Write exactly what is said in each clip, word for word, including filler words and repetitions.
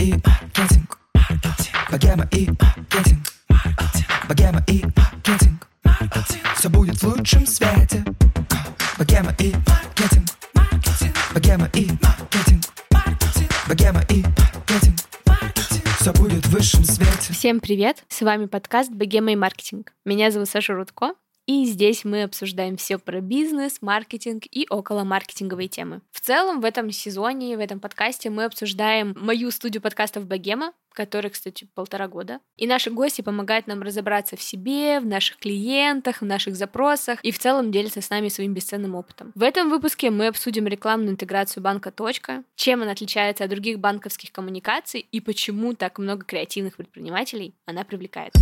и маркетинг. Богема и маркетинг. Богема и маркетинг. Все будет в лучшем свете. Богема и маркетинг. Богема и маркетинг. Богема и маркетинг. Все будет в высшем свете. Всем привет! С вами подкаст «Богема и маркетинг». Меня зовут Саша Рудко, и здесь мы обсуждаем все про бизнес, маркетинг и околомаркетинговые темы. В целом в этом сезоне, в этом подкасте мы обсуждаем мою студию подкастов «Богема», которой, кстати, полтора года. И наши гости помогают нам разобраться в себе, в наших клиентах, в наших запросах и в целом делятся с нами своим бесценным опытом. В этом выпуске мы обсудим рекламную интеграцию банка «Точка», чем она отличается от других банковских коммуникаций и почему так много креативных предпринимателей она привлекает.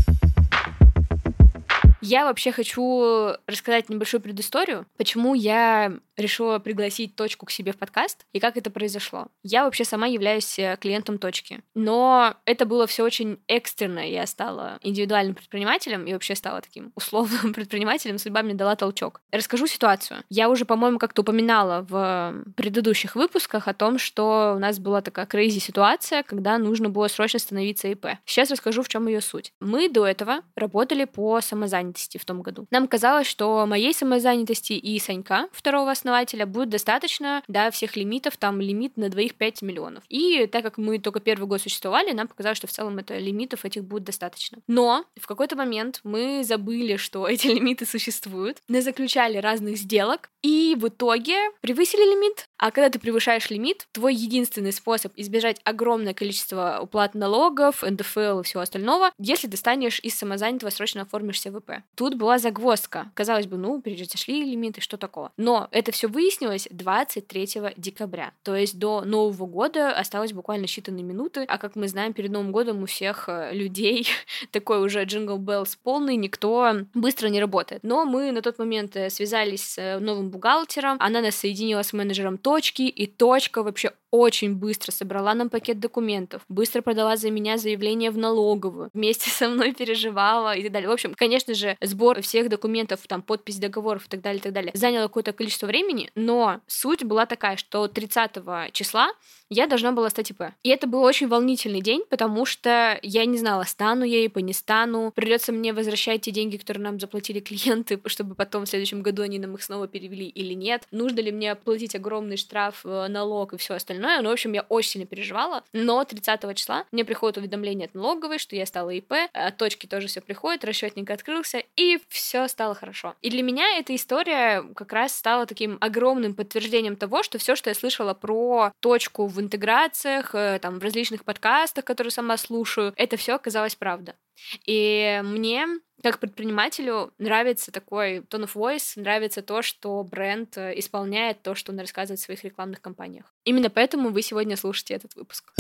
Я вообще хочу рассказать небольшую предысторию, почему я решила пригласить Точку к себе в подкаст и как это произошло. Я вообще сама являюсь клиентом Точки, но это было все очень экстренно. Я стала индивидуальным предпринимателем и вообще стала таким условным предпринимателем. Судьба мне дала толчок. Расскажу ситуацию. Я уже, по-моему, как-то упоминала в предыдущих выпусках о том, что у нас была такая крейзи ситуация, когда нужно было срочно становиться ИП. Сейчас расскажу, в чем ее суть. Мы до этого работали по самозанятости в том году. Нам казалось, что моей самозанятости и Санька, второго основателя, будет достаточно до всех лимитов, там лимит на двоих пять миллионов. И так как мы только первый год существовали, нам показалось, что в целом это лимитов этих будет достаточно. Но в какой-то момент мы забыли, что эти лимиты существуют, заключали разных сделок, и в итоге превысили лимит. А когда ты превышаешь лимит, твой единственный способ избежать огромное количество уплат налогов, эн дэ эф эл и всего остального, если ты станешь из самозанятого, срочно оформишься в ИП. Тут была загвоздка. Казалось бы, ну, перешли лимиты, что такого. Но это все выяснилось двадцать третьего декабря. То есть до Нового года осталось буквально считанные минуты. А как мы знаем, перед Новым годом у всех людей такой уже джингл беллс полный, никто быстро не работает. Но мы на тот момент связались с новым бухгалтером, она нас соединила с менеджером Точки, и Точка вообще очень быстро собрала нам пакет документов, быстро продала за меня заявление в налоговую, вместе со мной переживала и так далее. В общем, конечно же, сбор всех документов, там, подпись договоров и так далее, и так далее, заняло какое-то количество времени, но суть была такая, что тридцатого числа я должна была стать ИП. И это был очень волнительный день, потому что я не знала, стану я ИП, не стану, придется мне возвращать те деньги, которые нам заплатили клиенты, чтобы потом в следующем году они нам их снова перевели или нет, нужно ли мне оплатить огромный штраф, налог и все остальное. Ну, в общем, я очень сильно переживала, но тридцатого числа мне приходит уведомление от налоговой, что я стала ИП, от Точки тоже все приходит, расчетник открылся, и все стало хорошо. И для меня эта история как раз стала таким огромным подтверждением того, что все, что я слышала про Точку в интеграциях, там, в различных подкастах, которые сама слушаю, это все оказалось правда. И мне, как предпринимателю, нравится такой tone of voice, нравится то, что бренд исполняет то, что он рассказывает в своих рекламных кампаниях. Именно поэтому вы сегодня слушаете этот выпуск.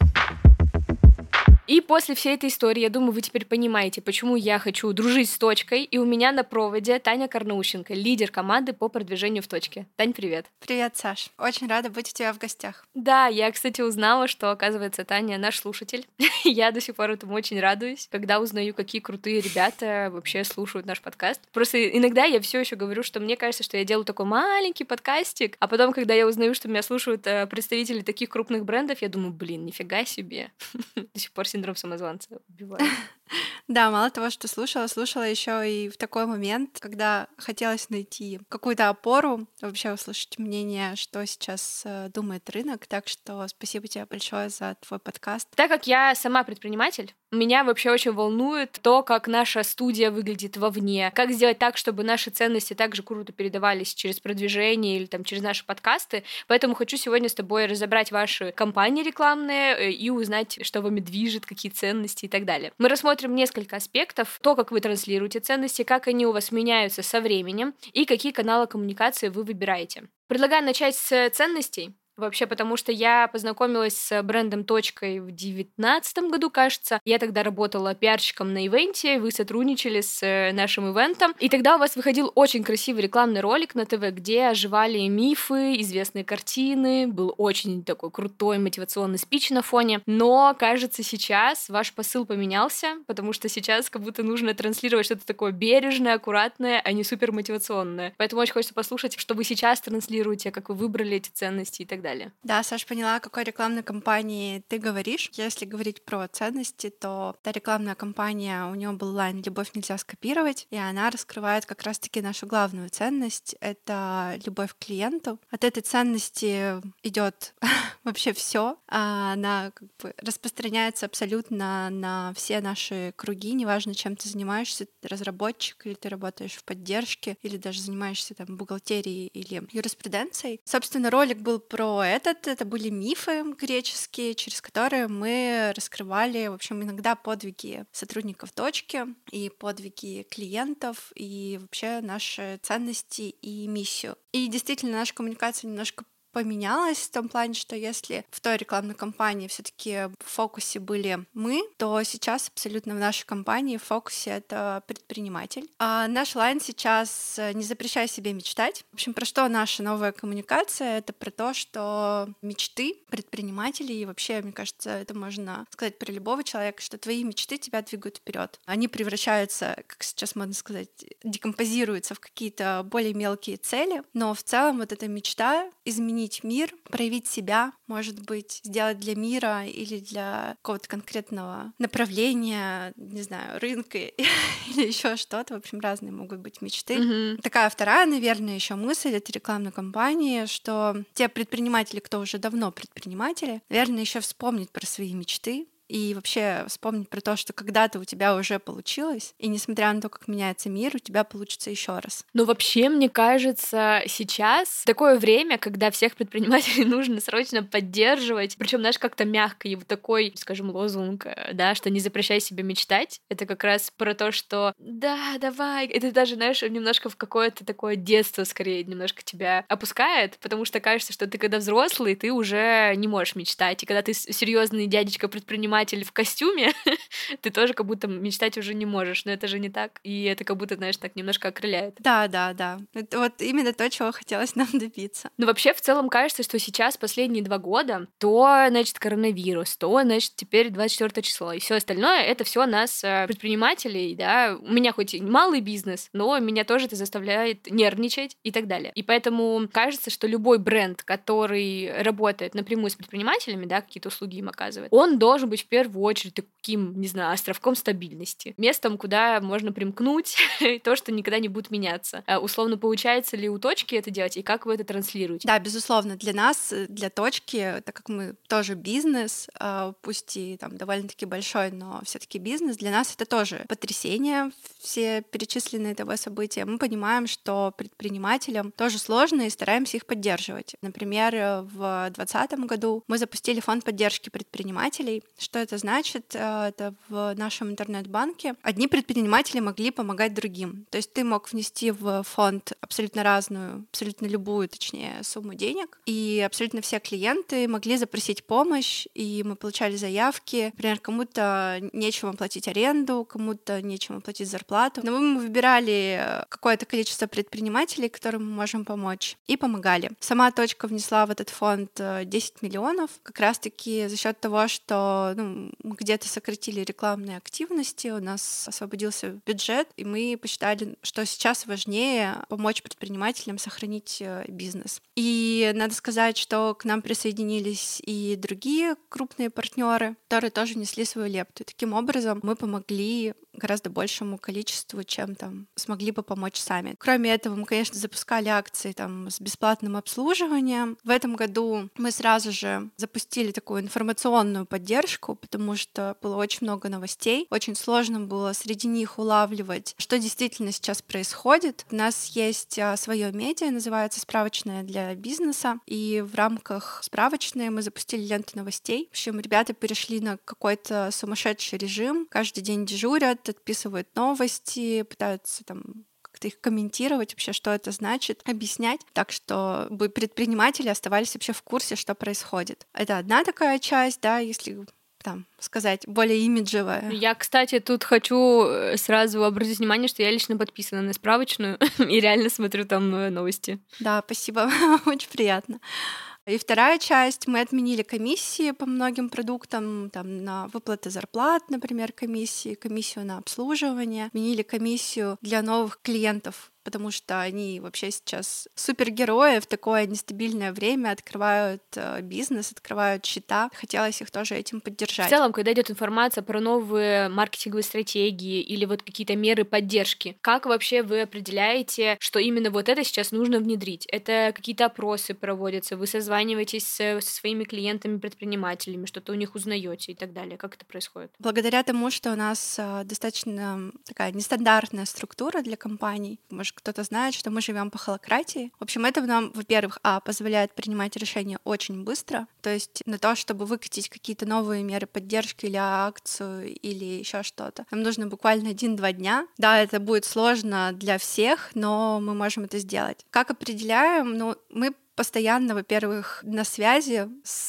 И после всей этой истории, я думаю, вы теперь понимаете, почему я хочу дружить с Точкой, и у меня на проводе Таня Карнаущенко, лидер команды по продвижению в Точке. Тань, привет. Привет, Саш. Очень рада быть у тебя в гостях. Да, я, кстати, узнала, что, оказывается, Таня наш слушатель. Я до сих пор этому очень радуюсь, когда узнаю, какие крутые ребята вообще слушают наш подкаст. Просто иногда я все еще говорю, что мне кажется, что я делаю такой маленький подкастик, а потом, когда я узнаю, что меня слушают представители таких крупных брендов, я думаю, блин, нифига себе. До сих пор синдром самозванца убивает. Да, мало того, что слушала, слушала еще и в такой момент, когда хотелось найти какую-то опору, вообще услышать мнение, что сейчас э, думает рынок. Так что спасибо тебе большое за твой подкаст. Так как я сама предприниматель, меня вообще очень волнует то, как наша студия выглядит вовне, как сделать так, чтобы наши ценности также круто передавались через продвижение или там через наши подкасты. Поэтому хочу сегодня с тобой разобрать ваши кампании рекламные и узнать, что вами движет, какие ценности и так далее. Мы рассмотрим несколько аспектов: то, как вы транслируете ценности, как они у вас меняются со временем и какие каналы коммуникации вы выбираете. Предлагаю начать с ценностей. Вообще, потому что я познакомилась с брендом Точкой в девятнадцатом году, кажется. Я тогда работала пиарщиком на ивенте, вы сотрудничали с нашим ивентом, и тогда у вас выходил очень красивый рекламный ролик на ТВ, где оживали мифы, известные картины, был очень такой крутой мотивационный спич на фоне. Но, кажется, сейчас ваш посыл поменялся, потому что сейчас как будто нужно транслировать что-то такое бережное, аккуратное, а не супер мотивационное. Поэтому очень хочется послушать, что вы сейчас транслируете, как вы выбрали эти ценности и так далее. далее. Да, Саш, поняла, о какой рекламной кампании ты говоришь. Если говорить про ценности, то та рекламная кампания, у нее был лайн «Любовь нельзя скопировать», и она раскрывает как раз-таки нашу главную ценность — это любовь к клиенту. От этой ценности идет вообще все. Она как бы распространяется абсолютно на все наши круги, неважно, чем ты занимаешься, ты разработчик или ты работаешь в поддержке, или даже занимаешься там бухгалтерией или юриспруденцией. Собственно, ролик был про этот, это были мифы греческие, через которые мы раскрывали, в общем, иногда подвиги сотрудников точки и подвиги клиентов, и вообще наши ценности и миссию. И действительно, наша коммуникация немножко поменялось в том плане, что если в той рекламной кампании все-таки в фокусе были мы, то сейчас абсолютно в нашей компании в фокусе это предприниматель. А наш лайн сейчас «Не запрещай себе мечтать». В общем, про что наша новая коммуникация? Это про то, что мечты предпринимателей, и вообще, мне кажется, это можно сказать про любого человека, что твои мечты тебя двигают вперед. Они превращаются, как сейчас можно сказать, декомпозируются в какие-то более мелкие цели, но в целом вот эта мечта изменить мир, проявить себя, может быть, сделать для мира или для какого-то конкретного направления, не знаю, рынка или еще что-то. В общем, разные могут быть мечты. Mm-hmm. Такая вторая, наверное, еще мысль этой рекламной кампании, что те предприниматели, кто уже давно предприниматели, наверное, еще вспомнить про свои мечты, и вообще вспомнить про то, что когда-то у тебя уже получилось, и несмотря на то, как меняется мир, у тебя получится еще раз. Ну, вообще, мне кажется, сейчас такое время, когда всех предпринимателей нужно срочно поддерживать, причем, знаешь, как-то мягко, и вот такой, скажем, лозунг, да, что не запрещай себе мечтать, это как раз про то, что да, давай, это даже, знаешь, немножко в какое-то такое детство, скорее, немножко тебя опускает, потому что кажется, что ты когда взрослый, ты уже не можешь мечтать, и когда ты серьезный дядечка-предприниматель в костюме, ты тоже как будто мечтать уже не можешь, но это же не так, и это как будто, знаешь, так немножко окрыляет. Да, да, да. Это вот именно то, чего хотелось нам добиться. Но вообще в целом кажется, что сейчас последние два года то, значит, коронавирус, то, значит, теперь двадцать четвёртое число, и все остальное, это все нас, предпринимателей, да, у меня хоть и малый бизнес, но меня тоже это заставляет нервничать и так далее. И поэтому кажется, что любой бренд, который работает напрямую с предпринимателями, да, какие-то услуги им оказывает, он должен быть в первую очередь таким, не знаю, островком стабильности, местом, куда можно примкнуть, то, что никогда не будет меняться. А, условно, получается ли у точки это делать, и как вы это транслируете? Да, безусловно, для нас, для точки, так как мы тоже бизнес, пусть и там довольно-таки большой, но все-таки бизнес, для нас это тоже потрясение, все перечисленные тобой события. Мы понимаем, что предпринимателям тоже сложно, и стараемся их поддерживать. Например, в двадцатом году мы запустили фонд поддержки предпринимателей. Что это значит? Это в нашем интернет-банке одни предприниматели могли помогать другим. То есть ты мог внести в фонд абсолютно разную, абсолютно любую, точнее, сумму денег, и абсолютно все клиенты могли запросить помощь, и мы получали заявки. Например, кому-то нечем платить аренду, кому-то нечем платить зарплату. Но мы выбирали какое-то количество предпринимателей, которым мы можем помочь, и помогали. Сама точка внесла в этот фонд десять миллионов, как раз-таки за счет того, что ну, мы где-то сократили рекламные активности, у нас освободился бюджет, и мы посчитали, что сейчас важнее помочь предпринимателям сохранить бизнес. И надо сказать, что к нам присоединились и другие крупные партнеры, которые тоже внесли свою лепту. И таким образом мы помогли гораздо большему количеству, чем там смогли бы помочь сами. Кроме этого, мы, конечно, запускали акции там с бесплатным обслуживанием. В этом году мы сразу же запустили такую информационную поддержку, потому что было очень много новостей. Очень сложно было среди них улавливать, что действительно сейчас происходит. У нас есть свое медиа, называется «Справочная для бизнеса», и в рамках справочной мы запустили ленту новостей. В общем, ребята перешли на какой-то сумасшедший режим. Каждый день дежурят, отписывают новости, пытаются там как-то их комментировать, вообще, что это значит, объяснять, так что предприниматели оставались вообще в курсе, что происходит. Это одна такая часть, да, если там сказать, более имиджевая. Я, кстати, тут хочу сразу обратить внимание, что я лично подписана на справочную и реально смотрю там новости. Да, спасибо, очень приятно. И вторая часть, мы отменили комиссии по многим продуктам, там, на выплаты зарплат, например, комиссии, комиссию на обслуживание, отменили комиссию для новых клиентов потому что они вообще сейчас супергерои в такое нестабильное время, открывают э, бизнес, открывают счета. Хотелось их тоже этим поддержать. В целом, когда идет информация про новые маркетинговые стратегии или вот какие-то меры поддержки, как вообще вы определяете, что именно вот это сейчас нужно внедрить? Это какие-то опросы проводятся, вы созваниваетесь со, со своими клиентами, предпринимателями, что-то у них узнаете и так далее. Как это происходит? Благодаря тому, что у нас э, достаточно такая нестандартная структура для компаний, может, кто-то знает, что мы живем по холократии. В общем, это нам, во-первых, а, позволяет принимать решения очень быстро, то есть на то, чтобы выкатить какие-то новые меры поддержки или акцию или еще что-то. Нам нужно буквально один-два дня. Да, это будет сложно для всех, но мы можем это сделать. Как определяем? Ну, мы постоянно, во-первых, на связи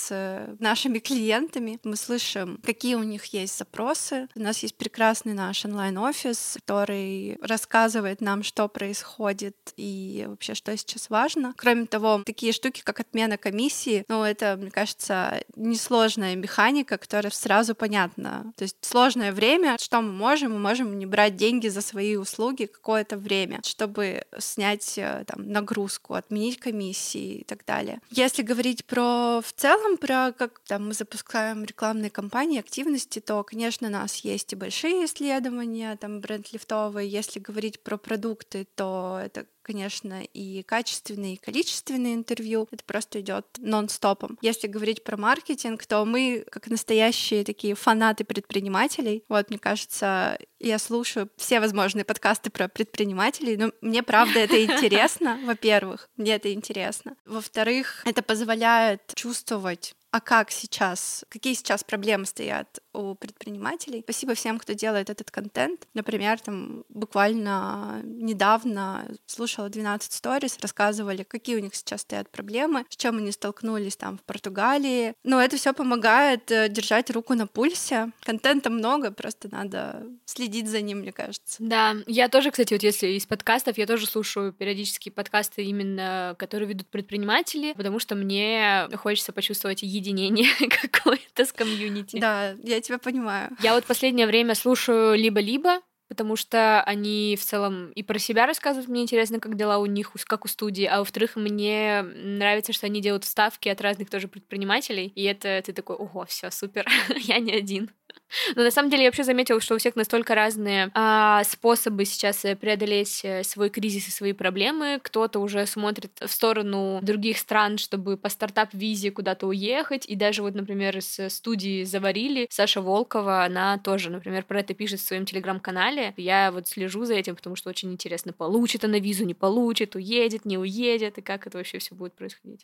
с нашими клиентами. Мы слышим, какие у них есть запросы. У нас есть прекрасный наш онлайн-офис, который рассказывает нам, что происходит и вообще, что сейчас важно. Кроме того, такие штуки, как отмена комиссии, ну, это, мне кажется, несложная механика, которая сразу понятна. То есть сложное время, что мы можем? Мы можем не брать деньги за свои услуги какое-то время, чтобы снять там нагрузку, отменить комиссии, и так далее. Если говорить про в целом, про как там мы запускаем рекламные кампании, активности, то, конечно, у нас есть и большие исследования, там бренд-лифтовые. Если говорить про продукты, то это, конечно, и качественные, и количественные интервью. Это просто идет нон-стопом. Если говорить про маркетинг, то мы, как настоящие такие фанаты предпринимателей, вот, мне кажется, я слушаю все возможные подкасты про предпринимателей, но мне, правда, это интересно, во-первых, мне это интересно. Во-вторых, это позволяет чувствовать, а как сейчас, какие сейчас проблемы стоят у предпринимателей. Спасибо всем, кто делает этот контент. Например, там буквально недавно слушала двенадцать сторис, рассказывали, какие у них сейчас стоят проблемы, с чем они столкнулись там в Португалии. Но это все помогает держать руку на пульсе. Контента много, просто надо следить за ним, мне кажется. Да, я тоже, кстати, вот если из подкастов, я тоже слушаю периодически подкасты именно, которые ведут предприниматели, потому что мне хочется почувствовать единение какое-то с комьюнити. Да, я тебя понимаю. Я вот последнее время слушаю либо-либо, потому что они в целом и про себя рассказывают, мне интересно, как дела у них, как у студии, а во-вторых, мне нравится, что они делают вставки от разных тоже предпринимателей, и это ты такой, ого, все супер, я не один. Но на самом деле я вообще заметила, что у всех настолько разные а, способы сейчас преодолеть свой кризис и свои проблемы. Кто-то уже смотрит в сторону других стран, чтобы по стартап-визе куда-то уехать. И даже вот, например, из студии «Заварили» Саша Волкова, она тоже, например, про это пишет в своем телеграм-канале. Я вот слежу за этим, потому что очень интересно, получит она визу, не получит, уедет, не уедет, и как это вообще все будет происходить.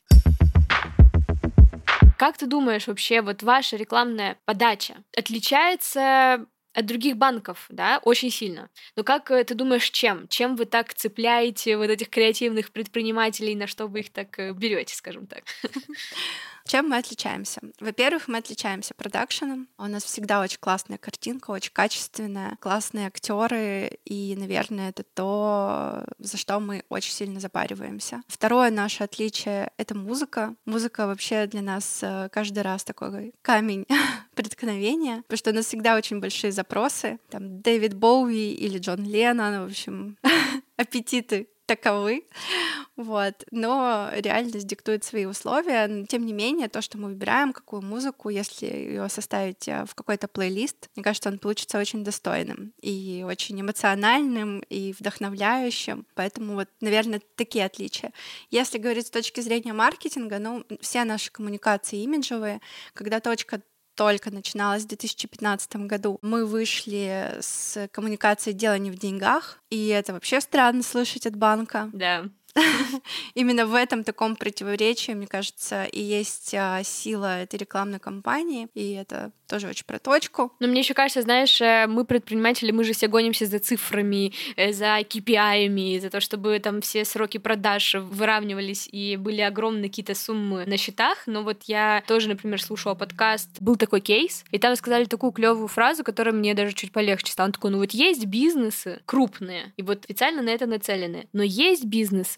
Как ты думаешь, вообще вот ваша рекламная подача отличается от других банков, да, очень сильно? Но как ты думаешь, чем? Чем вы так цепляете вот этих креативных предпринимателей, на что вы их так берете, скажем так? Чем мы отличаемся? Во-первых, мы отличаемся продакшеном. У нас всегда очень классная картинка, очень качественная, классные актеры, и, наверное, это то, за что мы очень сильно запариваемся. Второе наше отличие — это музыка. Музыка вообще для нас каждый раз такой камень преткновения, потому что у нас всегда очень большие запросы. Там Дэвид Боуи или Джон Леннон, в общем, аппетиты таковы, вот, но реальность диктует свои условия. Но, тем не менее, то, что мы выбираем, какую музыку, если ее составить в какой-то плейлист, мне кажется, он получится очень достойным и очень эмоциональным и вдохновляющим, поэтому вот, наверное, такие отличия. Если говорить с точки зрения маркетинга, ну, все наши коммуникации имиджевые, когда точка только начиналась в две тысячи пятнадцатом году. Мы вышли с коммуникацией «Дело не в деньгах», и это вообще странно слышать от банка. Да. Именно в этом таком противоречии, мне кажется, и есть а, сила этой рекламной кампании, и это тоже очень про точку. Но мне еще кажется, знаешь, мы предприниматели, мы же все гонимся за цифрами, за кей пи ай-ами, за то, чтобы там все сроки продаж выравнивались и были огромные какие-то суммы на счетах. Но вот я тоже, например, слушала подкаст, был такой кейс, и там сказали такую клевую фразу, которая мне даже чуть полегче стала. Он такой, ну вот есть бизнесы крупные, и вот специально на это нацелены, но есть бизнесы,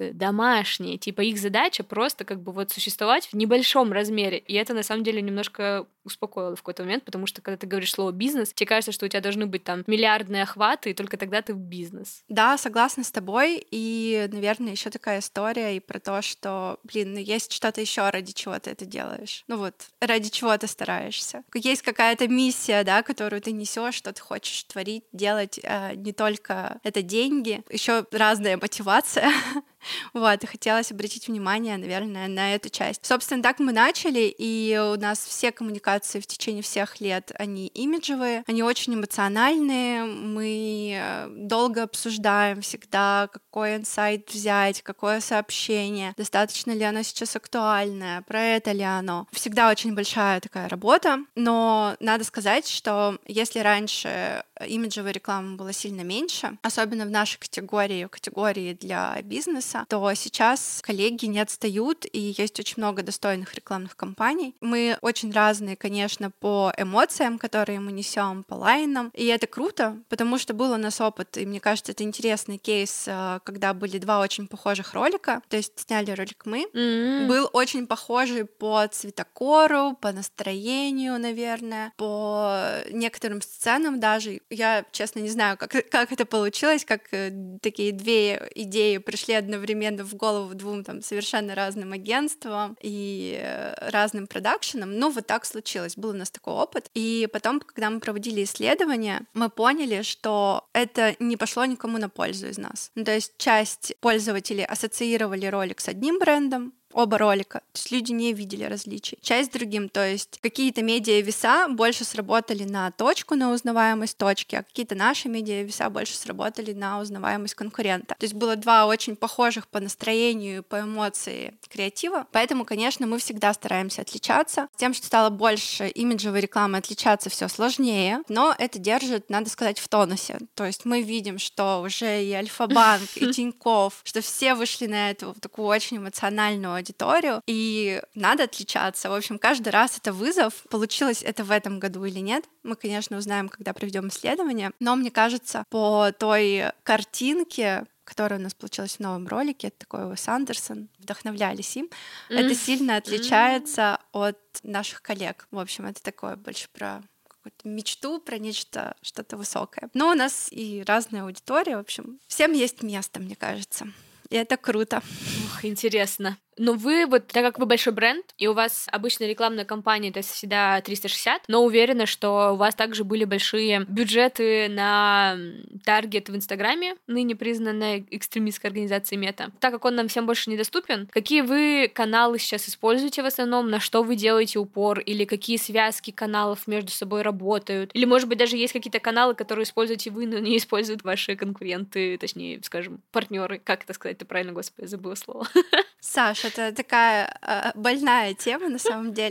бренды домашние, типа их задача просто как бы вот существовать в небольшом размере. И это на самом деле немножко успокоило в какой-то момент, потому что когда ты говоришь слово «бизнес», тебе кажется, что у тебя должны быть там миллиардные охваты, и только тогда ты в бизнес. Да, согласна с тобой. И, наверное, еще такая история и про то, что, блин, ну есть что-то еще, ради чего ты это делаешь. Ну вот, ради чего ты стараешься. Есть какая-то миссия, да, которую ты несешь, что ты хочешь творить, делать. Э, не только это деньги, еще разная мотивация. Вот, и хотелось обратить внимание, наверное, на эту часть. Собственно, так мы начали, и у нас все коммуникации в течение всех лет, они имиджевые, они очень эмоциональные, мы долго обсуждаем всегда, какой инсайт взять, какое сообщение, достаточно ли оно сейчас актуальное, про это ли оно. Всегда очень большая такая работа, но надо сказать, что если раньше имиджевой рекламы было сильно меньше, особенно в нашей категории, в категории для бизнеса, то сейчас коллеги не отстают, и есть очень много достойных рекламных кампаний. Мы очень разные, конечно, по эмоциям, которые мы несем, по лайнам, и это круто, потому что был у нас опыт, и мне кажется, это интересный кейс, когда были два очень похожих ролика, то есть сняли ролик мы, Mm-hmm. был очень похожий по цветокору, по настроению, наверное, по некоторым сценам даже. Я, честно, не знаю, как, как это получилось, как такие две идеи пришли одновременно в голову двум там совершенно разным агентствам и разным продакшенам. Ну, вот так случилось. Был у нас такой опыт. И потом, когда мы проводили исследования, мы поняли, что это не пошло никому на пользу из нас. Ну, то есть часть пользователей ассоциировали ролик с одним брендом, оба ролика, то есть люди не видели различий. Часть с другим, то есть какие-то медиавеса больше сработали на точку, на узнаваемость точки, а какие-то наши медиавеса больше сработали на узнаваемость конкурента. То есть было два очень похожих по настроению и по эмоции креатива, поэтому, конечно, мы всегда стараемся отличаться. С тем, что стало больше имиджевой рекламы, отличаться все сложнее, но это держит, надо сказать, в тонусе. То есть мы видим, что уже и Альфа-банк, и Тинькофф, что все вышли на эту такую очень эмоциональную аудиторию, и надо отличаться. В общем, каждый раз это вызов. Получилось это в этом году или нет, мы, конечно, узнаем, когда проведем исследование, но мне кажется, по той картинке, которая у нас получилась в новом ролике, это такой Уэс Андерсон, вдохновлялись им, mm. это сильно отличается mm. от наших коллег. В общем, это такое больше про какую-то мечту, про нечто, что-то высокое. Но у нас и разная аудитория, в общем, всем есть место, мне кажется. И это круто. Ух, интересно. Но вы, вот так как вы большой бренд, и у вас обычная рекламная кампания, это всегда триста шестьдесят, но уверена, что у вас также были большие бюджеты на таргет в Инстаграме, ныне признанной экстремистской организацией Мета. Так как он нам всем больше недоступен, какие вы каналы сейчас используете в основном, на что вы делаете упор, или какие связки каналов между собой работают, или, может быть, даже есть какие-то каналы, которые используете вы, но не используют ваши конкуренты, точнее, скажем, партнеры. Как это сказать-то правильно, господи, забыла слово. Саша, это такая э, больная тема на самом деле.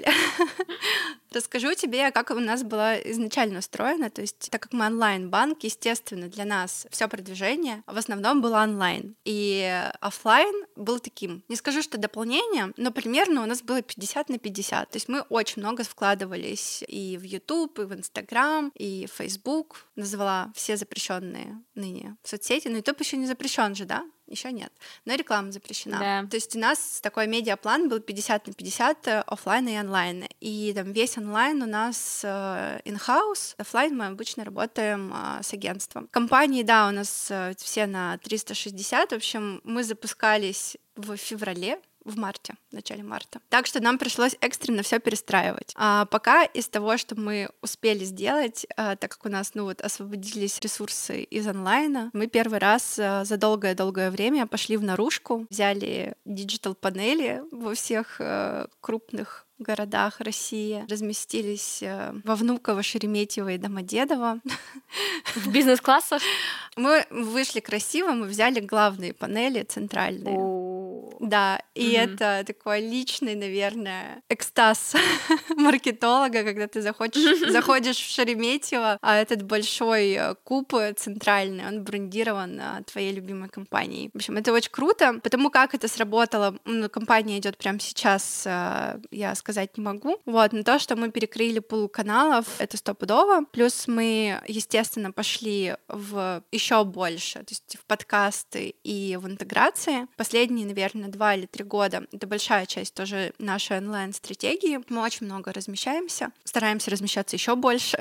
Расскажу тебе, как у нас была изначально устроена. То есть, так как мы онлайн-банк, естественно, для нас все продвижение в основном было онлайн. И офлайн был таким, не скажу, что дополнением, но примерно у нас было пятьдесят на пятьдесят. То есть мы очень много вкладывались и в YouTube, и в Instagram, и в Facebook. Назвала все запрещенные ныне соцсети. Но YouTube еще не запрещен же, да? Еще нет, но реклама запрещена. Да. То есть у нас такой медиаплан был пятьдесят на пятьдесят офлайн и онлайн. И там весь онлайн у нас in-house, офлайн мы обычно работаем с агентством. Компании, да, у нас все на триста шестьдесят. В общем, мы запускались в феврале, в марте, в начале марта. Так что нам пришлось экстренно все перестраивать. А пока из того, что мы успели сделать, а, так как у нас, ну вот, освободились ресурсы из онлайна, мы первый раз а, за долгое-долгое время пошли в наружку, взяли диджитал-панели во всех а, крупных городах России, разместились во Внуково, Шереметьево и Домодедово. В бизнес-классах? Мы вышли красиво, мы взяли главные панели, центральные. Да, и Мгм. это такой личный, наверное, экстаз маркетолога, когда ты заходишь, заходишь в Шереметьево, а этот большой э, куб э, центральный, он брендирован э, твоей любимой компанией. В общем, это очень круто, потому как это сработало, ну, компания идет прямо сейчас, э, я сказать не могу. Вот, но то, что мы перекрыли пул каналов, это стопудово. Плюс мы, естественно, пошли в еще больше, то есть в подкасты и в интеграции. Последние, наверное, два или три года это большая часть тоже нашей онлайн-стратегии. Мы очень много размещаемся, стараемся размещаться еще больше.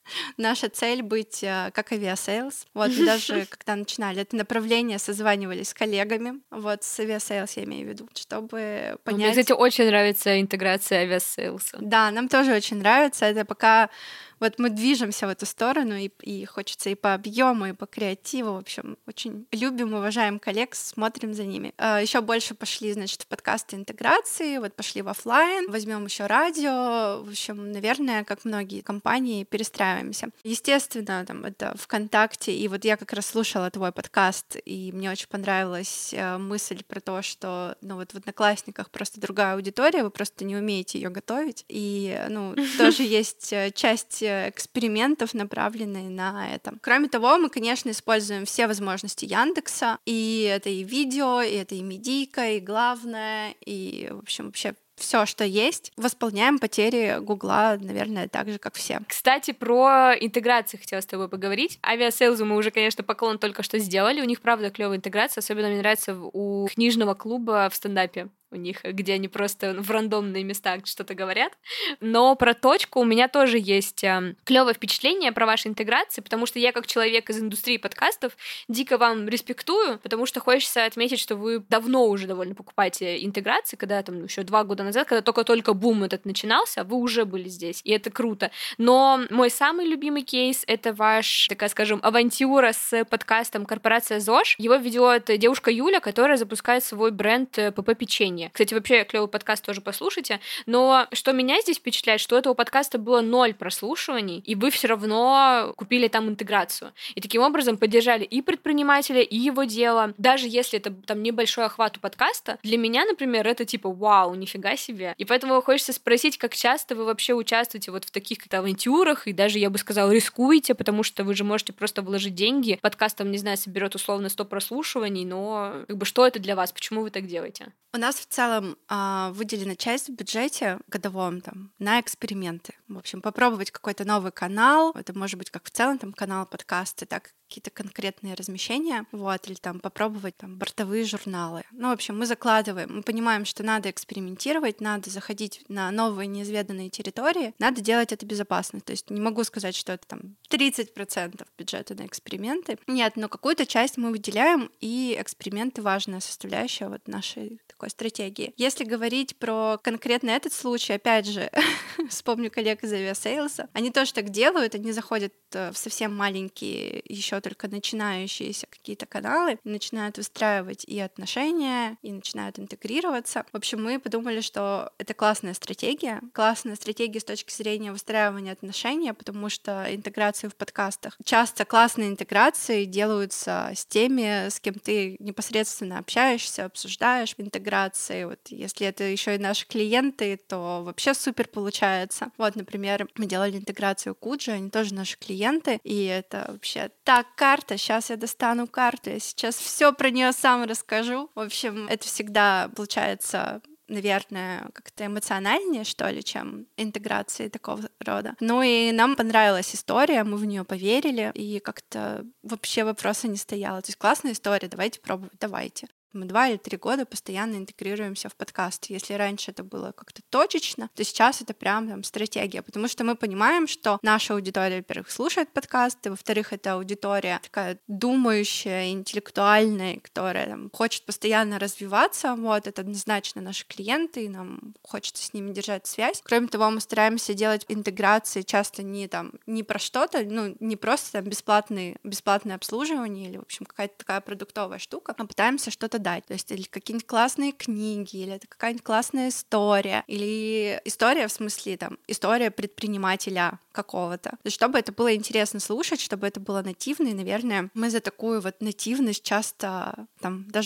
Наша цель быть э, как авиасейлс. Вот, мы даже когда начинали это направление, созванивались с коллегами. Вот, с авиасейлс я имею в виду, чтобы Мне, понять... кстати, очень нравится интеграция авиасейлса. Да, нам тоже очень нравится. Это пока вот мы движемся в эту сторону, и, и хочется и по объему, и по креативу. В общем, очень любим, уважаем коллег, смотрим за ними. Еще больше пошли, значит, в подкасты интеграции, вот пошли в офлайн, возьмем еще радио. В общем, наверное, как многие компании, перестраиваемся. Естественно, там это ВКонтакте, и вот я как раз слушала твой подкаст, и мне очень понравилась э, мысль про то, что, ну вот в Одноклассниках просто другая аудитория, вы просто не умеете ее готовить, и, ну, тоже есть э, часть экспериментов, направленные на это. Кроме того, мы, конечно, используем все возможности Яндекса, и это и видео, и это и медийка, и главное, и, в общем, вообще все, что есть, восполняем потери Гугла, наверное, так же, как все. Кстати, про интеграцию хотела с тобой поговорить. Авиасейлзу мы уже, конечно, поклон только что сделали. У них, правда, клевая интеграция. Особенно мне нравится у книжного клуба в стендапе. У них, где они просто в рандомные места что-то говорят. Но про точку у меня тоже есть э, клевое впечатление про ваши интеграции, потому что я, как человек из индустрии подкастов, дико вам респектую, потому что хочется отметить, что вы давно уже довольно покупаете интеграции, когда там еще два года назад, когда только-только бум этот начинался, вы уже были здесь, и это круто. Но мой самый любимый кейс — это ваш, такая, скажем, авантюра с подкастом «Корпорация ЗОЖ». Его ведет девушка Юля, которая запускает свой бренд ПП Печенье. Кстати, вообще клевый подкаст тоже послушайте. Но что меня здесь впечатляет, что у этого подкаста было ноль прослушиваний, и вы все равно купили там интеграцию. И таким образом поддержали и предпринимателя, и его дело. Даже если это там небольшой охват у подкаста, для меня, например, это типа вау, нифига себе. И поэтому хочется спросить, как часто вы вообще участвуете вот в таких каких-то авантюрах, и даже, я бы сказала, рискуете, потому что вы же можете просто вложить деньги. Подкаст там, не знаю, соберет условно сто прослушиваний, но как бы что это для вас? Почему вы так делаете? У нас в целом э, выделена часть в бюджете годовом там на эксперименты. В общем, попробовать какой-то новый канал. Это может быть как в целом там канал подкасты, так какие-то конкретные размещения, вот, или там попробовать там бортовые журналы. Ну, в общем, мы закладываем, мы понимаем, что надо экспериментировать, надо заходить на новые неизведанные территории, надо делать это безопасно. То есть не могу сказать, что это там тридцать процентов бюджета на эксперименты. Нет, но какую-то часть мы выделяем, и эксперименты — важная составляющая вот нашей такой стратегии. Если говорить про конкретно этот случай, опять же, вспомню коллег из авиасейлса, они тоже так делают, они заходят в совсем маленькие, еще только начинающиеся какие-то каналы, и начинают выстраивать и отношения, и начинают интегрироваться. В общем, мы подумали, что это классная стратегия, классная стратегия с точки зрения выстраивания отношений, потому что интеграции в подкастах, часто классные интеграции делаются с теми, с кем ты непосредственно общаешься, обсуждаешь интеграции. Вот если это еще и наши клиенты, то вообще супер получается. Вот, например, мы делали интеграцию Куджи, они тоже наши клиенты, и это вообще так карта. Сейчас я достану карту, я сейчас все про нее сам расскажу. В общем, это всегда получается, наверное, как-то эмоциональнее, что ли, чем интеграции такого рода. Ну и нам понравилась история, мы в нее поверили, и как-то вообще вопроса не стояло. То есть классная история, давайте пробовать, давайте. Мы два или три года постоянно интегрируемся в подкасты. Если раньше это было как-то точечно, то сейчас это прям там стратегия, потому что мы понимаем, что наша аудитория, во-первых, слушает подкасты, во-вторых, это аудитория такая думающая, интеллектуальная, которая там хочет постоянно развиваться. Вот, это однозначно наши клиенты, и нам хочется с ними держать связь. Кроме того, мы стараемся делать интеграции часто не там не про что-то, ну, не просто там бесплатные, бесплатное обслуживание или, в общем, какая-то такая продуктовая штука, а пытаемся что-то дать. То есть или какие-нибудь классные книги, или это какая-нибудь классная история, или история в смысле там история предпринимателя какого-то. То есть чтобы это было интересно слушать, чтобы это было нативно, и, наверное, мы за такую вот нативность часто там даже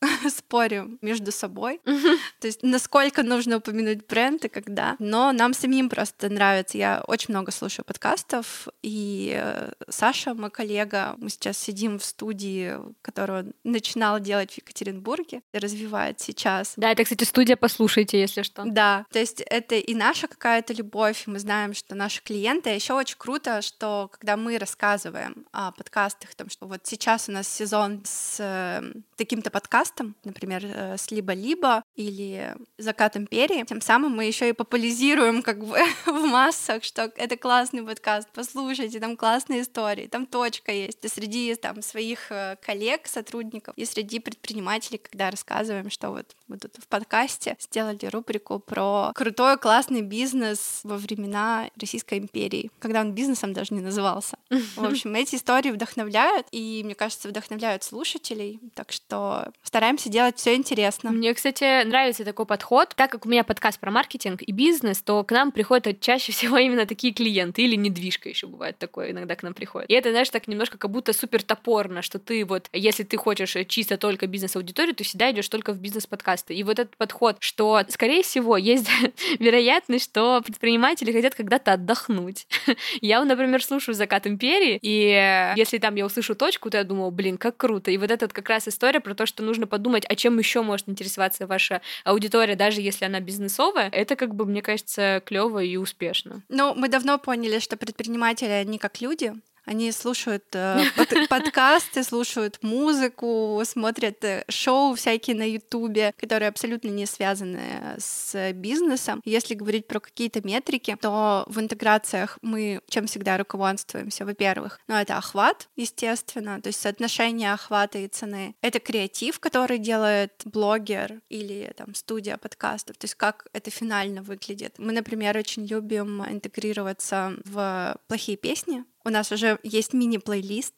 спорим между собой, то есть насколько нужно упомянуть бренд и когда. Но нам самим просто нравится. Я очень много слушаю подкастов, и Саша, мой коллега, мы сейчас сидим в студии, которую он начинал делать в Екатеринбурге и развивает сейчас. Да, это, кстати, студия «Послушайте», если что. Да, то есть это и наша какая-то любовь, и мы знаем, что наши клиенты. А еще очень круто, что когда мы рассказываем о подкастах, о том, что вот сейчас у нас сезон с э, таким-то подкастом, например, э, с «Либо-либо» или «Закат империи», тем самым мы еще и популяризируем как бы в массах, что это классный подкаст, послушайте, там классные истории, там точка есть. И среди там своих коллег, сотрудников, и среди предпринимателей, когда рассказываем, что вот мы тут в подкасте сделали рубрику про крутой, классный бизнес во времена Российской империи, когда он бизнесом даже не назывался. В общем, эти истории вдохновляют, и, мне кажется, вдохновляют слушателей, так что стараемся делать все интересно. Мне, кстати, нравится такой подход. Так как у меня подкаст про маркетинг и бизнес, то к нам приходят чаще всего именно такие клиенты, или недвижка еще бывает такое, иногда к нам приходит. И это, знаешь, так немножко как будто супер топорно, что ты вот, если ты хочешь чисто только бизнес-аудиторию, ты всегда идешь только в бизнес-подкасты. И вот этот подход, что, скорее всего, есть вероятность, что предприниматели хотят когда-то отдохнуть. Я, например, слушаю «Закат империи», и если там я услышу точку, то я думаю, блин, как круто. И вот это как раз история про то, что нужно подумать, а чем еще может интересоваться ваша аудитория, даже если она бизнесовая. Это, как бы, мне кажется, клево и успешно. Ну, мы давно поняли, что предприниматели, они как люди. Они слушают э, под- подкасты, слушают музыку, смотрят э, шоу всякие на Ютубе, которые абсолютно не связаны с бизнесом. Если говорить про какие-то метрики, то в интеграциях мы чем всегда руководствуемся? Во-первых, ну, это охват, естественно, то есть соотношение охвата и цены. Это креатив, который делает блогер или там студия подкастов, то есть как это финально выглядит. Мы, например, очень любим интегрироваться в плохие песни. У нас уже есть мини-плейлист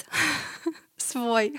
свой.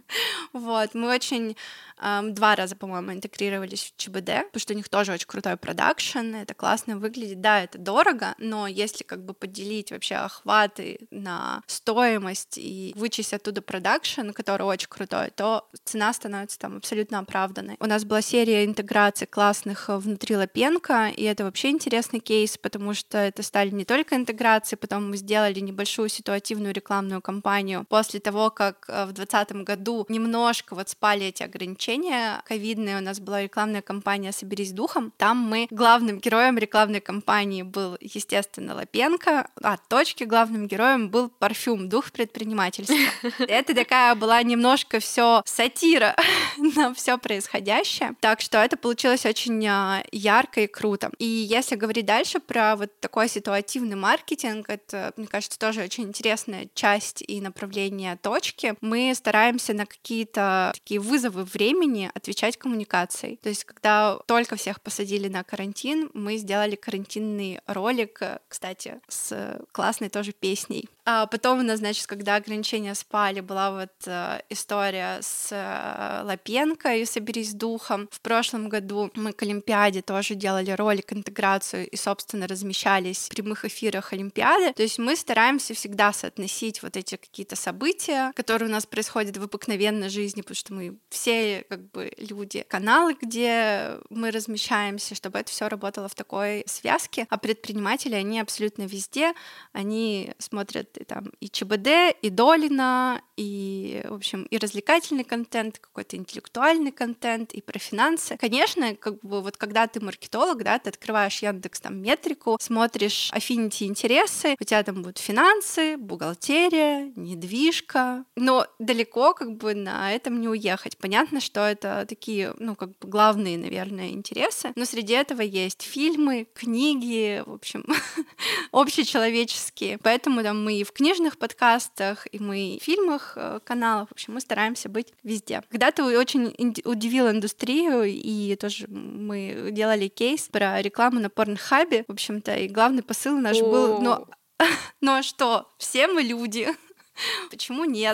Вот, мы очень эм, два раза, по-моему, интегрировались в ЧБД, потому что у них тоже очень крутой продакшн, это классно выглядит. Да, это дорого, но если как бы поделить вообще охваты на стоимость и вычесть оттуда продакшн, который очень крутой, то цена становится там абсолютно оправданной. У нас была серия интеграций классных внутри Лапенко, и это вообще интересный кейс, потому что это стали не только интеграции, потом мы сделали небольшую ситуативную рекламную кампанию после того, как в двадцатом году немножко вот спали эти ограничения ковидные, у нас была рекламная кампания «Соберись духом». Там мы главным героем рекламной кампании был, естественно, Лапенко, а точки главным героем был парфюм «Дух предпринимательства». Это такая была немножко все сатира на все происходящее, так что это получилось очень ярко и круто. И если говорить дальше про вот такой ситуативный маркетинг, это, мне кажется, тоже очень интересная часть и направление точки. Мы стараемся на какие-то такие вызовы времени отвечать коммуникацией. То есть, когда только всех посадили на карантин, мы сделали карантинный ролик, кстати, с классной тоже песней. А потом у нас, значит, когда ограничения спали, была вот э, история с э, Лапенко и «Соберись духом». В прошлом году мы к Олимпиаде тоже делали ролик, интеграцию и, собственно, размещались в прямых эфирах Олимпиады. То есть мы стараемся всегда соотносить вот эти какие-то события, которые у нас происходят в обыкновенной жизни, потому что мы все как бы люди, каналы, где мы размещаемся, чтобы это все работало в такой связке. А предприниматели, они абсолютно везде, они смотрят и там и ЧБД, и Долина, и, в общем, и развлекательный контент, какой-то интеллектуальный контент, и про финансы. Конечно, как бы вот когда ты маркетолог, да, ты открываешь Яндекс, там, метрику, смотришь affinity интересы, у тебя там будут финансы, бухгалтерия, недвижка, но далеко как бы на этом не уехать. Понятно, что это такие, ну, как бы главные, наверное, интересы, но среди этого есть фильмы, книги, в общем, общечеловеческие. Поэтому там мы и в книжных подкастах, и мы и в фильмах, каналах, в общем, мы стараемся быть везде. Когда-то очень удивил индустрию, и тоже мы делали кейс про рекламу на Порнхабе, в общем-то, и главный посыл наш был, но, но что, все мы люди. Почему нет?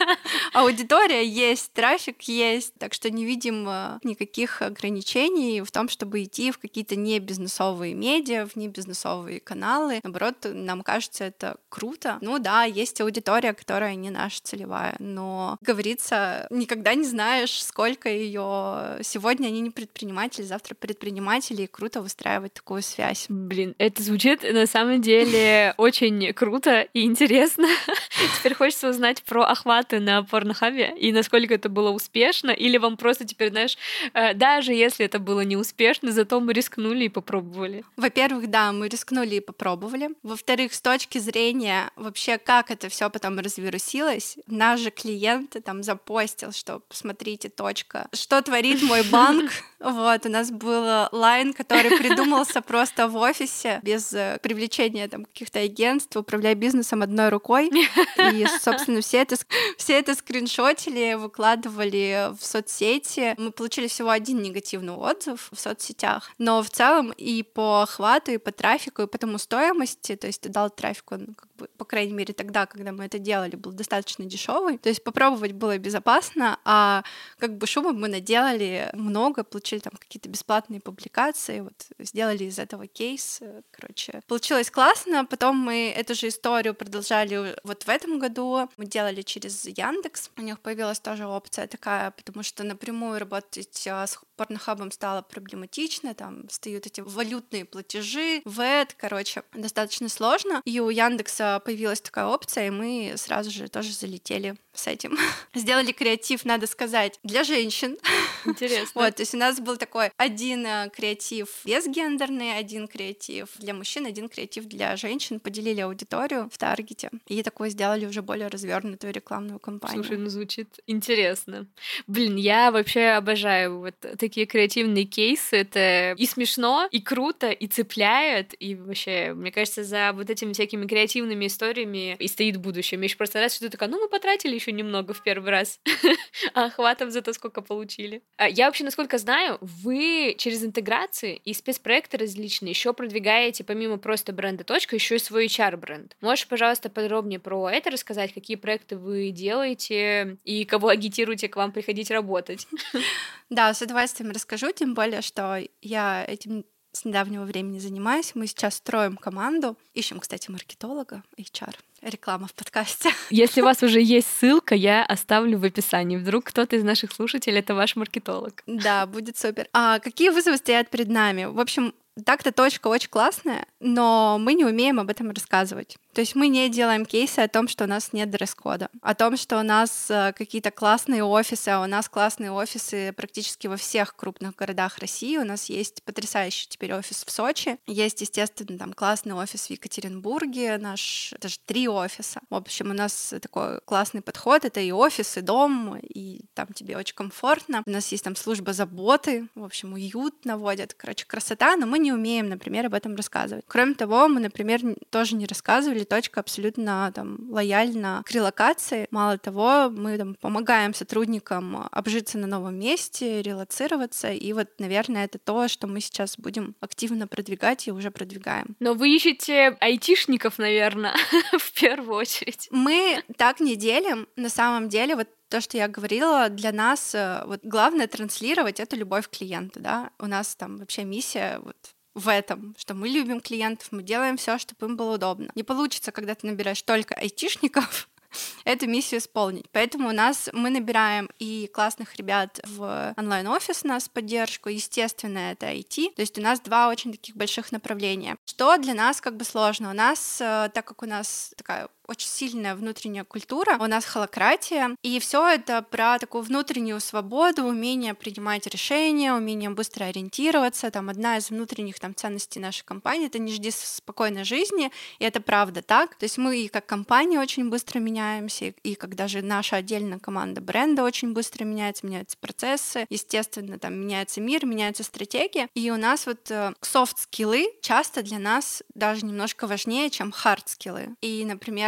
Аудитория есть, трафик есть, так что не видим никаких ограничений в том, чтобы идти в какие-то не бизнесовые медиа, в не бизнесовые каналы. Наоборот, нам кажется, это круто. Ну да, есть аудитория, которая не наша целевая, но, как говорится, никогда не знаешь, сколько ее. Сегодня они не предприниматели, завтра предприниматели, и круто выстраивать такую связь. Блин, это звучит на самом деле очень круто и интересно. Теперь хочется узнать про охваты на Порнхабе и насколько это было успешно, или вам просто теперь, знаешь, даже если это было не успешно, зато мы рискнули и попробовали. Во-первых, да, мы рискнули и попробовали. Во-вторых, с точки зрения вообще, как это все потом развирусилось, наш же клиент там запостил, что посмотрите, точка, что творит мой банк. Вот, у нас был лайн, который придумался просто в офисе, без привлечения там каких-то агентств, управляя бизнесом одной рукой. И, собственно, все это, все это скриншотили, выкладывали в соцсети. Мы получили всего один негативный отзыв в соцсетях, но в целом и по охвату, и по трафику, и по тому стоимости, то есть дал трафик, он, как бы, по крайней мере, тогда, когда мы это делали, был достаточно дешевый. То есть попробовать было безопасно, а как бы шума мы наделали много, получили там какие-то бесплатные публикации, вот сделали из этого кейс, короче. Получилось классно, потом мы эту же историю продолжали вот в этом году, мы делали через Яндекс, у них появилась тоже опция такая, потому что напрямую работать с Порнхабом стало проблематично, там встают эти валютные платежи, вэт, короче, достаточно сложно, и у Яндекса появилась такая опция, и мы сразу же тоже залетели с этим. Сделали креатив, надо сказать, для женщин. Интересно. Вот, то есть у нас был такой один креатив безгендерный, один креатив для мужчин, один креатив для женщин, поделили аудиторию в таргете и такой сделали уже более развернутую рекламную кампанию. Слушай, ну звучит интересно. Блин, я вообще обожаю вот такие креативные кейсы. Это и смешно, и круто, и цепляет, и вообще, мне кажется, за вот этими всякими креативными историями и стоит будущее. Мне еще просто раз, что ты такая, ну мы потратили еще немного в первый раз, а охватов зато сколько получили. Я вообще, насколько знаю, вы через интеграции и спецпроекты различные еще продвигаете, помимо просто бренда «Точка», еще и свой эйч ар-бренд. Можешь, пожалуйста, подробнее про это рассказать, какие проекты вы делаете и кого агитируете к вам приходить работать? Да, с удовольствием расскажу, тем более, что я этим с недавнего времени занимаюсь. Мы сейчас строим команду. Ищем, кстати, маркетолога, эйч ар. Реклама в подкасте. Если у вас уже есть ссылка, я оставлю в описании. Вдруг кто-то из наших слушателей — это ваш маркетолог. Да, будет супер. А какие вызовы стоят перед нами? В общем, так-то точка очень классная, но мы не умеем об этом рассказывать. То есть мы не делаем кейсы о том, что у нас нет дресс-кода, о том, что у нас какие-то классные офисы, а у нас классные офисы практически во всех крупных городах России. У нас есть потрясающий теперь офис в Сочи, есть, естественно, там классный офис в Екатеринбурге, наш даже три офиса. В общем, у нас такой классный подход, это и офис, и дом, и там тебе очень комфортно. У нас есть там служба заботы, в общем, уют наводят, короче, красота, но мы не умеем, например, об этом рассказывать. Кроме того, мы, например, тоже не рассказывали, точка абсолютно там лояльна к релокации. Мало того, мы там помогаем сотрудникам обжиться на новом месте, релоцироваться, и вот, наверное, это то, что мы сейчас будем активно продвигать и уже продвигаем. Но вы ищете айтишников, наверное, в первую очередь. Мы так не делим. На самом деле, вот то, что я говорила, для нас вот главное транслировать эту любовь клиента, да. У нас там вообще миссия вот в этом, что мы любим клиентов, мы делаем все, чтобы им было удобно. Не получится, когда ты набираешь только айтишников, эту миссию исполнить. Поэтому у нас мы набираем и классных ребят в онлайн-офис, у нас поддержку, естественно, это ай ти. То есть у нас два очень таких больших направления. Что для нас как бы сложно? У нас, так как у нас такая очень сильная внутренняя культура, у нас холократия, и все это про такую внутреннюю свободу, умение принимать решения, умение быстро ориентироваться. Там одна из внутренних там ценностей нашей компании — это не жди спокойной жизни, и это правда так. То есть мы и как компания очень быстро меняемся, и как даже наша отдельная команда бренда очень быстро меняется, меняются процессы, естественно, там меняется мир, меняются стратегии, и у нас вот софт-скиллы часто для нас даже немножко важнее, чем хард-скиллы. И, например,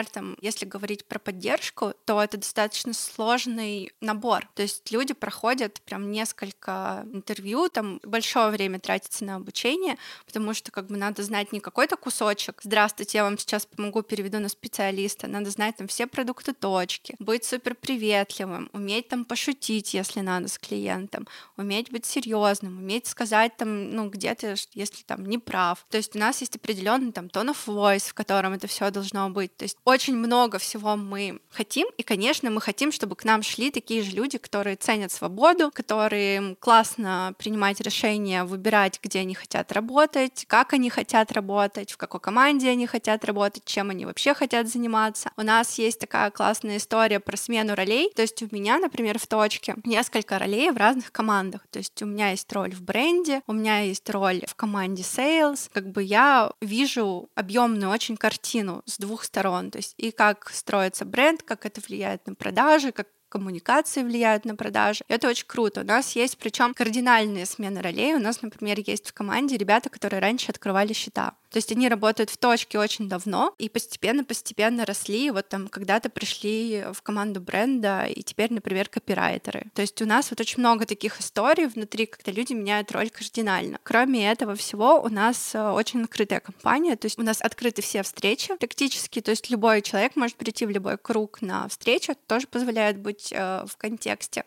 там, если говорить про поддержку, то это достаточно сложный набор. То есть люди проходят прям несколько интервью, там большое время тратится на обучение, потому что как бы надо знать не какой-то кусочек. Здравствуйте, я вам сейчас помогу, переведу на специалиста. Надо знать там все продукты точки, быть супер приветливым, уметь там пошутить, если надо, с клиентом, уметь быть серьезным, уметь сказать там, ну, где-то, если там не прав. То есть у нас есть определенный там tone of voice, в котором это все должно быть. То есть очень много всего мы хотим, и, конечно, мы хотим, чтобы к нам шли такие же люди, которые ценят свободу, которые классно принимать решения, выбирать, где они хотят работать, как они хотят работать, в какой команде они хотят работать, чем они вообще хотят заниматься. У нас есть такая классная история про смену ролей. То есть у меня, например, в точке несколько ролей в разных командах. То есть у меня есть роль в бренде, у меня есть роль в команде sales. Как бы я вижу объемную очень картину с двух сторон. То есть и как строится бренд, как это влияет на продажи, как коммуникации влияют на продажи. Это очень круто. У нас есть причем кардинальные смены ролей. У нас, например, есть в команде ребята, которые раньше открывали счета. То есть они работают в точке очень давно и постепенно-постепенно росли. Вот там когда-то пришли в команду бренда и теперь, например, копирайтеры. То есть у нас вот очень много таких историй внутри, когда люди меняют роль кардинально. Кроме этого всего, у нас очень открытая компания. То есть у нас открыты все встречи практически. То есть любой человек может прийти в любой круг на встречу. Это тоже позволяет быть в контексте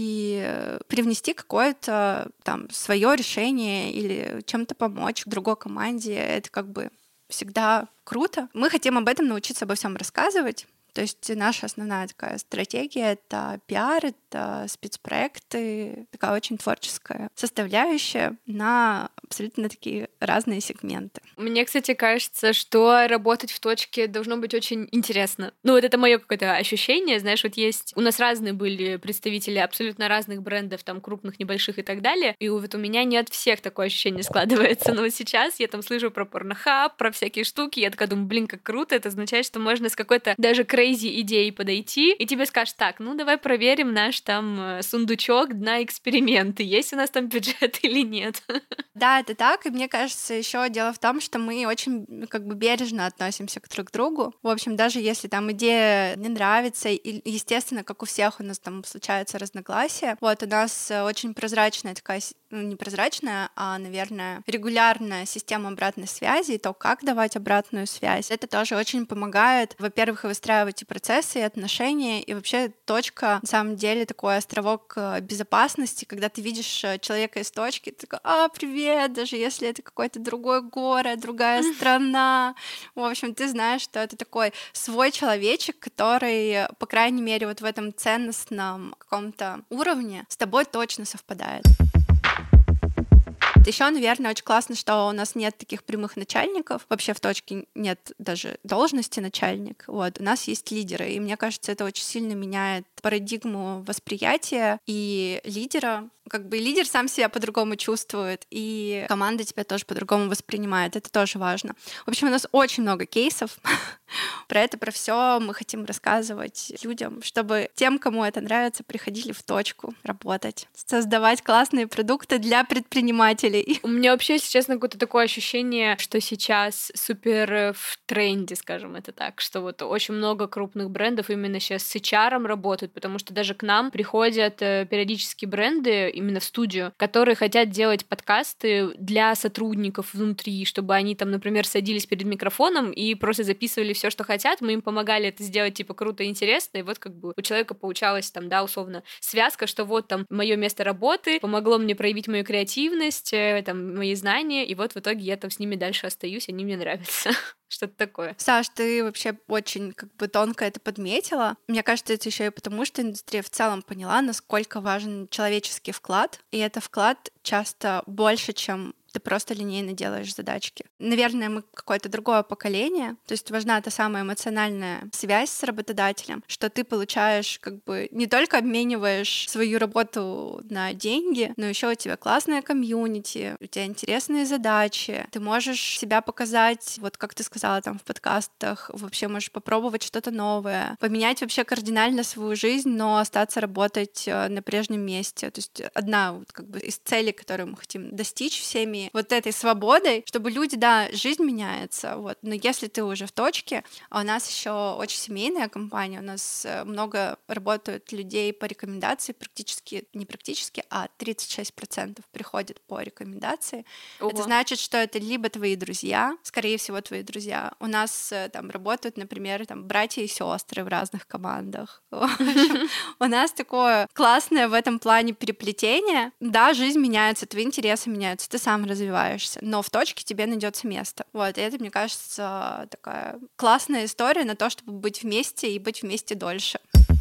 и привнести какое-то там свое решение или чем-то помочь другой команде. Это как бы всегда круто. Мы хотим об этом научиться обо всем рассказывать. То есть наша основная такая стратегия — это пиар, это спецпроекты, такая очень творческая составляющая на абсолютно такие разные сегменты. Мне, кстати, кажется, что работать в точке должно быть очень интересно. Ну, вот это мое какое-то ощущение. Знаешь, вот есть... У нас разные были представители абсолютно разных брендов, там, крупных, небольших и так далее. И вот у меня не от всех такое ощущение складывается. Но вот сейчас я там слышу про Pornhub, про всякие штуки. Я такая думаю, блин, как круто. Это означает, что можно с какой-то даже крейзи идеей подойти, и тебе скажут, так, ну давай проверим наш там сундучок на эксперименты, есть у нас там бюджет или нет. Да, это так, и мне кажется, еще дело в том, что мы очень как бы бережно относимся к друг к другу. В общем, даже если там идея не нравится, и, естественно, как у всех у нас там случаются разногласия, вот у нас очень прозрачная такая, ну не прозрачная, а, наверное, регулярная система обратной связи, и то, как давать обратную связь, это тоже очень помогает, во-первых, выстраивать эти процессы и отношения, и вообще точка, на самом деле, такой островок безопасности, когда ты видишь человека из точки, ты такой, а, привет, даже если это какой-то другой город, другая страна, в общем, ты знаешь, что это такой свой человечек, который, по крайней мере, вот в этом ценностном каком-то уровне с тобой точно совпадает. Еще, наверное, очень классно, что у нас нет таких прямых начальников. Вообще в точке нет даже должности начальник. Вот. У нас есть лидеры, и мне кажется, это очень сильно меняет парадигму восприятия и лидера. Как бы лидер сам себя по-другому чувствует, и команда тебя тоже по-другому воспринимает. Это тоже важно. В общем, у нас очень много кейсов. Про это, про все мы хотим рассказывать людям, чтобы тем, кому это нравится, приходили в точку работать, создавать классные продукты для предпринимателей. У меня вообще, если честно, какое-то такое ощущение, что сейчас супер в тренде, скажем это так, что вот очень много крупных брендов именно сейчас с эйч ар работают, потому что даже к нам приходят периодически бренды именно в студию, которые хотят делать подкасты для сотрудников внутри, чтобы они там, например, садились перед микрофоном и просто записывали все, что хотят, мы им помогали это сделать, типа, круто и интересно, и вот как бы у человека получалась там, да, условно, связка, что вот там мое место работы помогло мне проявить мою креативность, там, мои знания, и вот в итоге я там с ними дальше остаюсь, они мне нравятся. Что-то такое. Саш, ты вообще очень как бы тонко это подметила. Мне кажется, это еще и потому, что индустрия в целом поняла, насколько важен человеческий вклад, и это вклад часто больше, чем ты просто линейно делаешь задачки. Наверное, мы какое-то другое поколение, то есть важна та самая эмоциональная связь с работодателем, что ты получаешь, как бы не только обмениваешь свою работу на деньги, но еще у тебя классная комьюнити, у тебя интересные задачи, ты можешь себя показать, вот как ты сказала там в подкастах, вообще можешь попробовать что-то новое, поменять вообще кардинально свою жизнь, но остаться работать на прежнем месте. То есть одна вот как бы из целей, которую мы хотим достичь всеми всеми вот этой свободой, чтобы люди, да, жизнь меняется, вот, но если ты уже в точке, а у нас еще очень семейная компания, у нас много работают людей по рекомендации, практически, не практически, а тридцать шесть процентов приходят по рекомендации. Ого. Это значит, что это либо твои друзья, скорее всего, твои друзья. У нас там работают, например, там братья и сестры в разных командах. У нас такое классное в этом плане переплетение. Да, жизнь меняется, твои интересы меняются, ты сам развиваешься, но в точке тебе найдется место. Вот, и это, мне кажется, такая классная история на то, чтобы быть вместе и быть вместе дольше.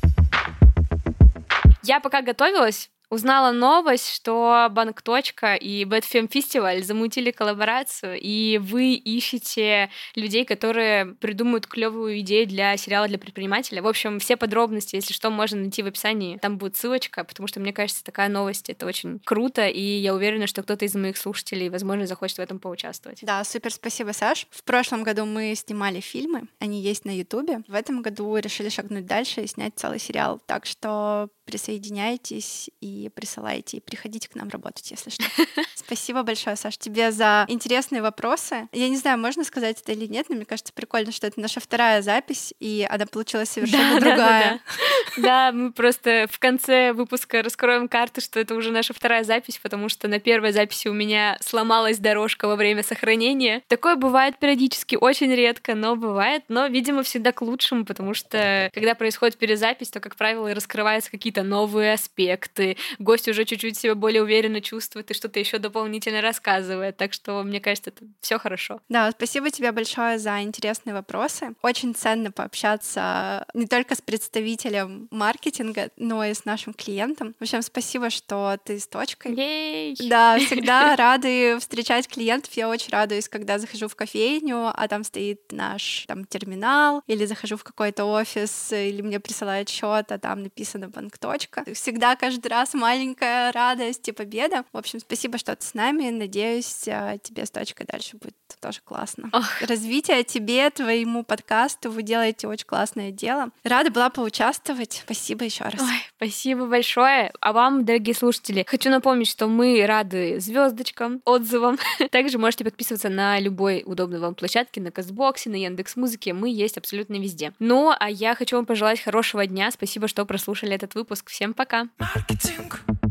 Я пока готовилась, узнала новость, что Банк. И Bad Film Festival замутили коллаборацию, и вы ищете людей, которые придумают клевую идею для сериала для предпринимателя. В общем, все подробности, если что, можно найти в описании. Там будет ссылочка, потому что, мне кажется, такая новость — это очень круто, и я уверена, что кто-то из моих слушателей, возможно, захочет в этом поучаствовать. Да, супер, спасибо, Саш. В прошлом году мы снимали фильмы, они есть на Ютубе. В этом году решили шагнуть дальше и снять целый сериал. Так что присоединяйтесь и присылайте, и приходите к нам работать, если что. Спасибо большое, Саш, тебе за интересные вопросы. Я не знаю, можно сказать это или нет, но мне кажется, прикольно, что это наша вторая запись, и она получилась совершенно да, другая. Да, да, да. Да, мы просто в конце выпуска раскроем карты, что это уже наша вторая запись, потому что на первой записи у меня сломалась дорожка во время сохранения. Такое бывает периодически, очень редко, но бывает, но, видимо, всегда к лучшему, потому что когда происходит перезапись, то, как правило, и раскрываются какие-то новые аспекты, гость уже чуть-чуть себя более уверенно чувствует и что-то еще дополнительно рассказывает, так что, мне кажется, это все хорошо. Да, спасибо тебе большое за интересные вопросы. Очень ценно пообщаться не только с представителем маркетинга, но и с нашим клиентом. В общем, спасибо, что ты с точкой. Ей! Да, всегда рады встречать клиентов. Я очень радуюсь, когда захожу в кофейню, а там стоит наш там терминал, или захожу в какой-то офис, или мне присылают счет, а там написано Банк. Всегда, каждый раз маленькая радость и победа. В общем, спасибо, что ты с нами. Надеюсь, тебе с точкой дальше будет тоже классно. Ох. Развитие тебе, твоему подкасту. Вы делаете очень классное дело. Рада была поучаствовать. Спасибо еще раз. Ой, спасибо большое. А вам, дорогие слушатели, хочу напомнить, что мы рады звездочкам, отзывам. Также можете подписываться на любой удобной вам площадке, на Кастбоксе, на Яндекс.Музыке. Мы есть абсолютно везде. Ну, а я хочу вам пожелать хорошего дня. Спасибо, что прослушали этот выпуск. Всем пока. Маркетинг.